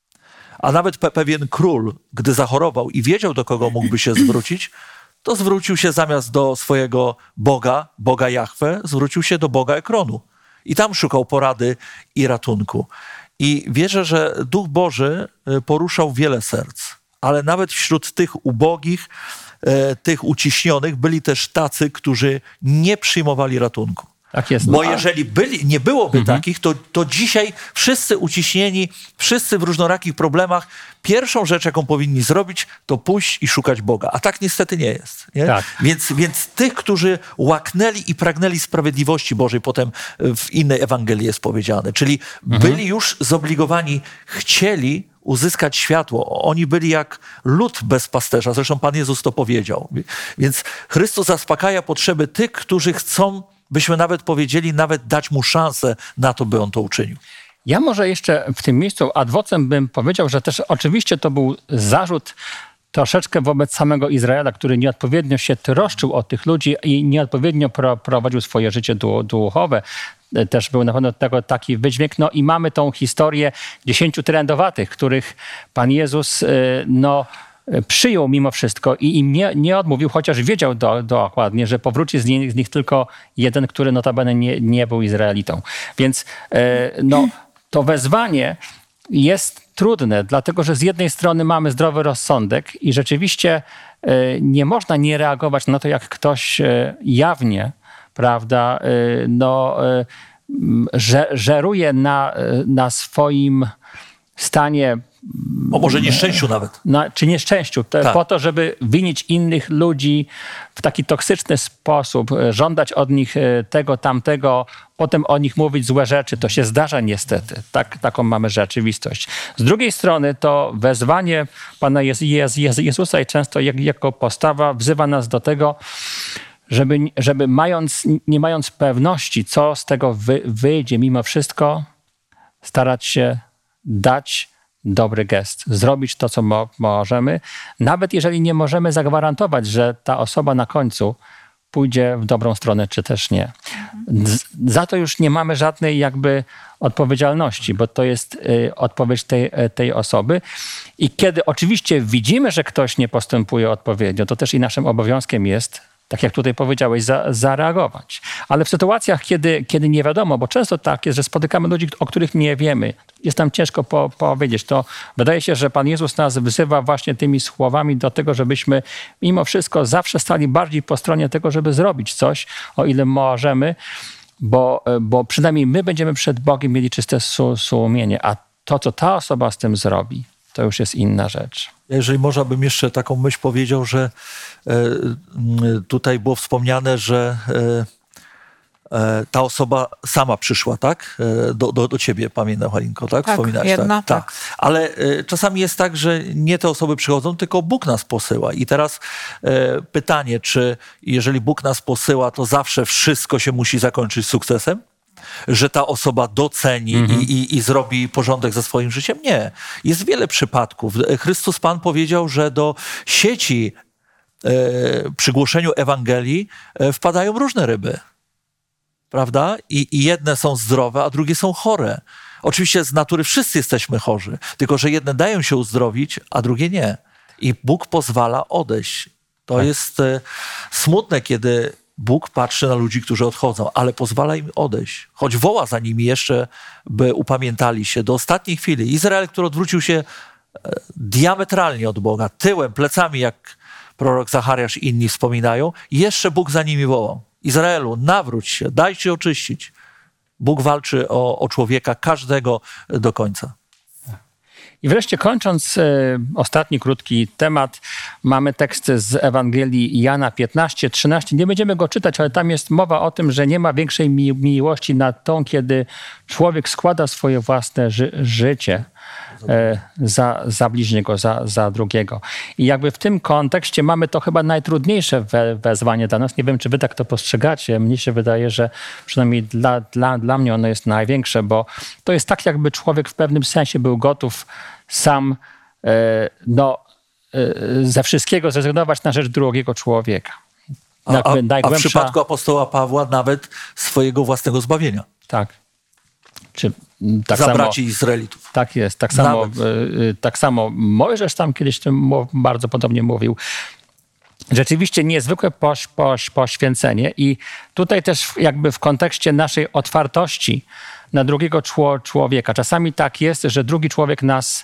A nawet pe- pewien król, gdy zachorował i wiedział, do kogo mógłby się zwrócić, to zwrócił się zamiast do swojego Boga, Boga Jahwe, zwrócił się do Boga Ekronu. I tam szukał porady i ratunku. I wierzę, że Duch Boży poruszał wiele serc. Ale nawet wśród tych ubogich, tych uciśnionych byli też tacy, którzy nie przyjmowali ratunku. Tak jest. Bo jeżeli byli, nie byłoby mhm. takich, to, to dzisiaj wszyscy uciśnieni, wszyscy w różnorakich problemach, pierwszą rzecz, jaką powinni zrobić, to pójść i szukać Boga. A tak niestety nie jest. Nie? Tak. Więc, więc tych, którzy łaknęli i pragnęli sprawiedliwości Bożej, potem w innej Ewangelii jest powiedziane, czyli mhm. byli już zobligowani, chcieli uzyskać światło. Oni byli jak lud bez pasterza. Zresztą Pan Jezus to powiedział. Więc Chrystus zaspokaja potrzeby tych, którzy chcą, byśmy nawet powiedzieli, nawet dać mu szansę na to, by on to uczynił. Ja może jeszcze w tym miejscu ad vocem bym powiedział, że też oczywiście to był zarzut troszeczkę wobec samego Izraela, który nieodpowiednio się troszczył o tych ludzi i nieodpowiednio pro, prowadził swoje życie duchowe. Też był na pewno tego taki wydźwięk. No i mamy tą historię dziesięciu trędowatych, których Pan Jezus no, przyjął mimo wszystko i im nie, nie odmówił, chociaż wiedział do, dokładnie, że powróci z nich, z nich tylko jeden, który notabene nie, nie był Izraelitą. Więc no, to wezwanie jest trudne, dlatego że z jednej strony mamy zdrowy rozsądek i rzeczywiście nie można nie reagować na to, jak ktoś jawnie prawda, no, że, żeruje na, na swoim stanie, o może nieszczęściu nawet. Na, czy nieszczęściu, to, tak. po to, żeby winić innych ludzi w taki toksyczny sposób, żądać od nich tego, tamtego, potem o nich mówić złe rzeczy. To się zdarza niestety. Tak, taką mamy rzeczywistość. Z drugiej strony to wezwanie Pana Jezu, Jezu, Jezusa i często jako postawa wzywa nas do tego, żeby, żeby mając, nie mając pewności, co z tego wy, wyjdzie, mimo wszystko starać się dać dobry gest, zrobić to, co mo- możemy, nawet jeżeli nie możemy zagwarantować, że ta osoba na końcu pójdzie w dobrą stronę, czy też nie. Z- za to już nie mamy żadnej jakby odpowiedzialności, bo to jest y, odpowiedź tej, tej osoby. I kiedy oczywiście widzimy, że ktoś nie postępuje odpowiednio, to też i naszym obowiązkiem jest, tak jak tutaj powiedziałeś, za, zareagować. Ale w sytuacjach, kiedy, kiedy nie wiadomo, bo często tak jest, że spotykamy ludzi, o których nie wiemy, jest nam ciężko po, powiedzieć, to wydaje się, że Pan Jezus nas wzywa właśnie tymi słowami do tego, żebyśmy mimo wszystko zawsze stali bardziej po stronie tego, żeby zrobić coś, o ile możemy, bo, bo przynajmniej my będziemy przed Bogiem mieli czyste su, sumienie, a to, co ta osoba z tym zrobi, to już jest inna rzecz. Jeżeli można bym jeszcze taką myśl powiedział, że e, tutaj było wspomniane, że e, e, ta osoba sama przyszła, tak? E, do, do, do ciebie, pamiętam, Halinko, tak? Tak, Wspominałeś, jedna, tak? tak. Ale e, czasami jest tak, że nie te osoby przychodzą, tylko Bóg nas posyła. I teraz e, pytanie, czy jeżeli Bóg nas posyła, to zawsze wszystko się musi zakończyć sukcesem? Że ta osoba doceni mm-hmm. i, i, i zrobi porządek ze swoim życiem? Nie. Jest wiele przypadków. Chrystus Pan powiedział, że do sieci e, przy głoszeniu Ewangelii e, wpadają różne ryby. Prawda? I, I jedne są zdrowe, a drugie są chore. Oczywiście z natury wszyscy jesteśmy chorzy, tylko że jedne dają się uzdrowić, a drugie nie. I Bóg pozwala odejść. To tak. jest e, smutne, kiedy Bóg patrzy na ludzi, którzy odchodzą, ale pozwala im odejść. Choć woła za nimi jeszcze, by upamiętali się do ostatniej chwili. Izrael, który odwrócił się diametralnie od Boga, tyłem, plecami, jak prorok Zachariasz i inni wspominają, jeszcze Bóg za nimi wołał. Izraelu, nawróć się, daj się oczyścić. Bóg walczy o, o człowieka, każdego do końca. I wreszcie kończąc y, ostatni krótki temat, mamy teksty z Ewangelii Jana piętnaście trzynaście. Nie będziemy go czytać, ale tam jest mowa o tym, że nie ma większej mi- miłości nad tą, kiedy człowiek składa swoje własne ży- życie e, za, za bliźniego, za, za drugiego. I jakby w tym kontekście mamy to chyba najtrudniejsze we, wezwanie dla nas. Nie wiem, czy wy tak to postrzegacie. Mnie się wydaje, że przynajmniej dla, dla, dla mnie ono jest największe, bo to jest tak, jakby człowiek w pewnym sensie był gotów sam e, no, e, ze wszystkiego zrezygnować na rzecz drugiego człowieka. A, a, najgłębsza... a w przypadku apostoła Pawła nawet swojego własnego zbawienia. Tak. Czy, tak za samo, braci Izraelitów. Tak jest. Tak samo, y, tak samo Mojżesz tam kiedyś tym bardzo podobnie mówił. Rzeczywiście niezwykłe poś, poś, poświęcenie i tutaj też jakby w kontekście naszej otwartości na drugiego czło, człowieka. Czasami tak jest, że drugi człowiek nas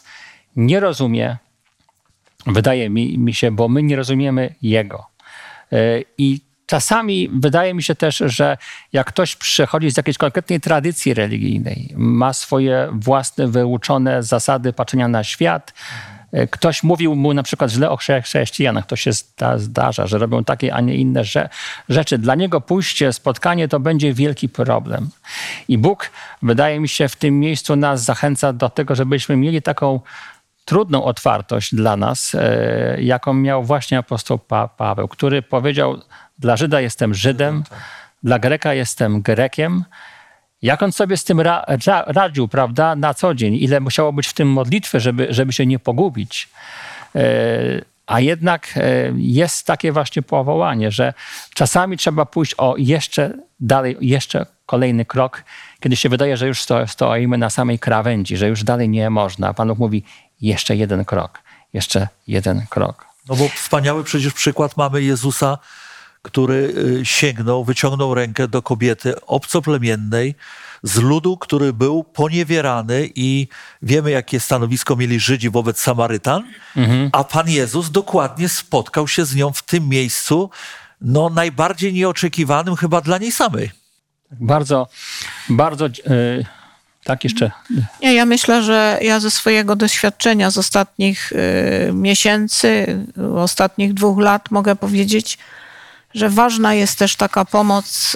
nie rozumie, wydaje mi, mi się, bo my nie rozumiemy jego. Y, I czasami wydaje mi się też, że jak ktoś przychodzi z jakiejś konkretnej tradycji religijnej, ma swoje własne wyuczone zasady patrzenia na świat, ktoś mówił mu na przykład źle o chrześcijanach, to się zda, zdarza, że robią takie, a nie inne rze- rzeczy. Dla niego pójście, spotkanie to będzie wielki problem. I Bóg, wydaje mi się, w tym miejscu nas zachęca do tego, żebyśmy mieli taką trudną otwartość dla nas, e, jaką miał właśnie apostoł pa- Paweł, który powiedział: dla Żyda jestem Żydem, dla Greka jestem Grekiem. Jak on sobie z tym ra- ra- radził, prawda, na co dzień? Ile musiało być w tym modlitwy, żeby, żeby się nie pogubić. E, a jednak e, jest takie właśnie powołanie, że czasami trzeba pójść o jeszcze dalej, jeszcze kolejny krok, kiedy się wydaje, że już sto, stoimy na samej krawędzi, że już dalej nie można. Pan Bóg mówi: jeszcze jeden krok, jeszcze jeden krok. No bo wspaniały przecież przykład mamy Jezusa, który sięgnął, wyciągnął rękę do kobiety obcoplemiennej z ludu, który był poniewierany i wiemy, jakie stanowisko mieli Żydzi wobec Samarytan, mhm. a Pan Jezus dokładnie spotkał się z nią w tym miejscu, no, najbardziej nieoczekiwanym chyba dla niej samej. Bardzo, bardzo, yy, tak jeszcze. Nie, ja myślę, że ja ze swojego doświadczenia z ostatnich y, miesięcy, ostatnich dwóch lat mogę powiedzieć, że ważna jest też taka pomoc, y,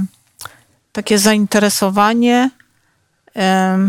takie zainteresowanie, y,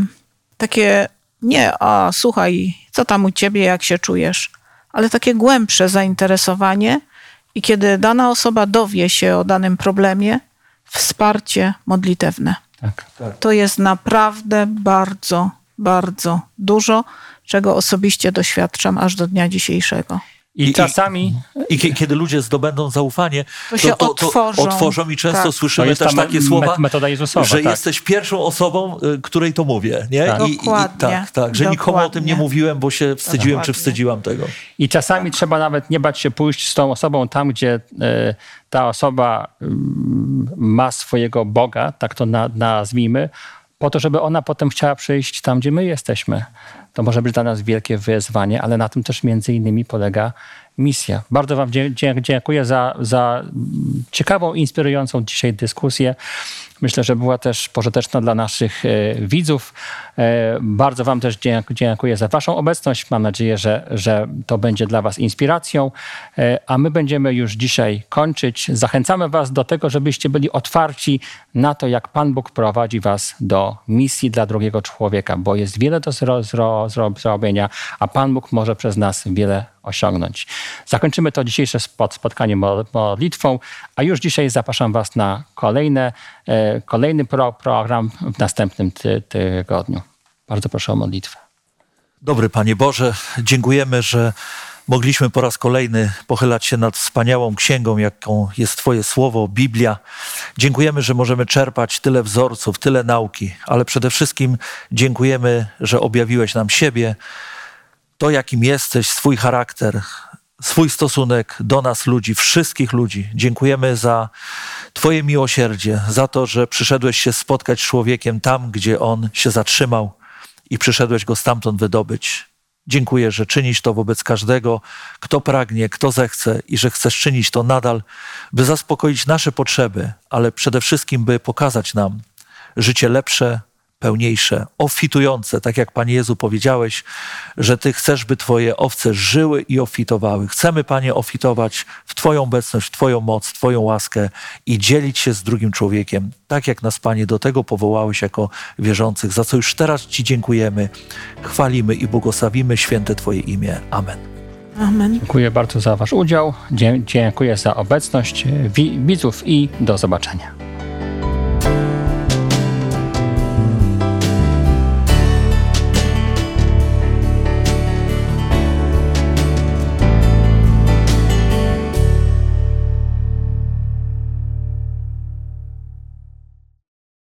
takie nie, a słuchaj, co tam u ciebie, jak się czujesz, ale takie głębsze zainteresowanie i kiedy dana osoba dowie się o danym problemie, wsparcie modlitewne. Tak. To jest naprawdę bardzo, bardzo dużo, czego osobiście doświadczam aż do dnia dzisiejszego. I, I czasami... I kie- kiedy ludzie zdobędą zaufanie, To się to, to, to otworzą. otworzą i często Tak. słyszymy To jest też ta takie me- słowa, metoda Jezusowa, że tak. jesteś pierwszą osobą, y, której to mówię. Nie? Tak. I, i, Dokładnie. tak, tak, że nikomu o tym Dokładnie. nie mówiłem, bo się wstydziłem Dokładnie. czy wstydziłam tego. I czasami trzeba nawet nie bać się pójść z tą osobą tam, gdzie e, ta osoba mm, ma swojego Boga, tak to na, nazwijmy, po to, żeby ona potem chciała przyjść tam, gdzie my jesteśmy. To może być dla nas wielkie wyzwanie, ale na tym też między innymi polega misja. Bardzo wam dzie- dzie- dziękuję za, za ciekawą, inspirującą dzisiaj dyskusję. Myślę, że była też pożyteczna dla naszych e, widzów. E, bardzo wam też dzie- dziękuję za waszą obecność. Mam nadzieję, że, że to będzie dla was inspiracją. E, a my będziemy już dzisiaj kończyć. Zachęcamy was do tego, żebyście byli otwarci na to, jak Pan Bóg prowadzi was do misji dla drugiego człowieka, bo jest wiele do zro- zro- zro- zrobienia, a Pan Bóg może przez nas wiele osiągnąć. Zakończymy to dzisiejsze spot- spotkanie mo- modlitwą, a już dzisiaj zapraszam was na kolejne, e, kolejny pro- program w następnym ty- tygodniu. Bardzo proszę o modlitwę. Dobry Panie Boże, dziękujemy, że mogliśmy po raz kolejny pochylać się nad wspaniałą księgą, jaką jest Twoje Słowo, Biblia. Dziękujemy, że możemy czerpać tyle wzorców, tyle nauki, ale przede wszystkim dziękujemy, że objawiłeś nam siebie, to jakim jesteś, swój charakter, swój stosunek do nas ludzi, wszystkich ludzi. Dziękujemy za Twoje miłosierdzie, za to, że przyszedłeś się spotkać z człowiekiem tam, gdzie on się zatrzymał i przyszedłeś go stamtąd wydobyć. Dziękuję, że czynisz to wobec każdego, kto pragnie, kto zechce i że chcesz czynić to nadal, by zaspokoić nasze potrzeby, ale przede wszystkim, by pokazać nam życie lepsze, pełniejsze, obfitujące, tak jak Panie Jezu powiedziałeś, że Ty chcesz, by Twoje owce żyły i obfitowały. Chcemy, Panie, obfitować w Twoją obecność, w Twoją moc, w Twoją łaskę i dzielić się z drugim człowiekiem, tak jak nas, Panie, do tego powołałeś jako wierzących, za co już teraz Ci dziękujemy, chwalimy i błogosławimy święte Twoje imię. Amen. Amen. Dziękuję bardzo za wasz udział. Dzie- dziękuję za obecność wi- widzów i do zobaczenia.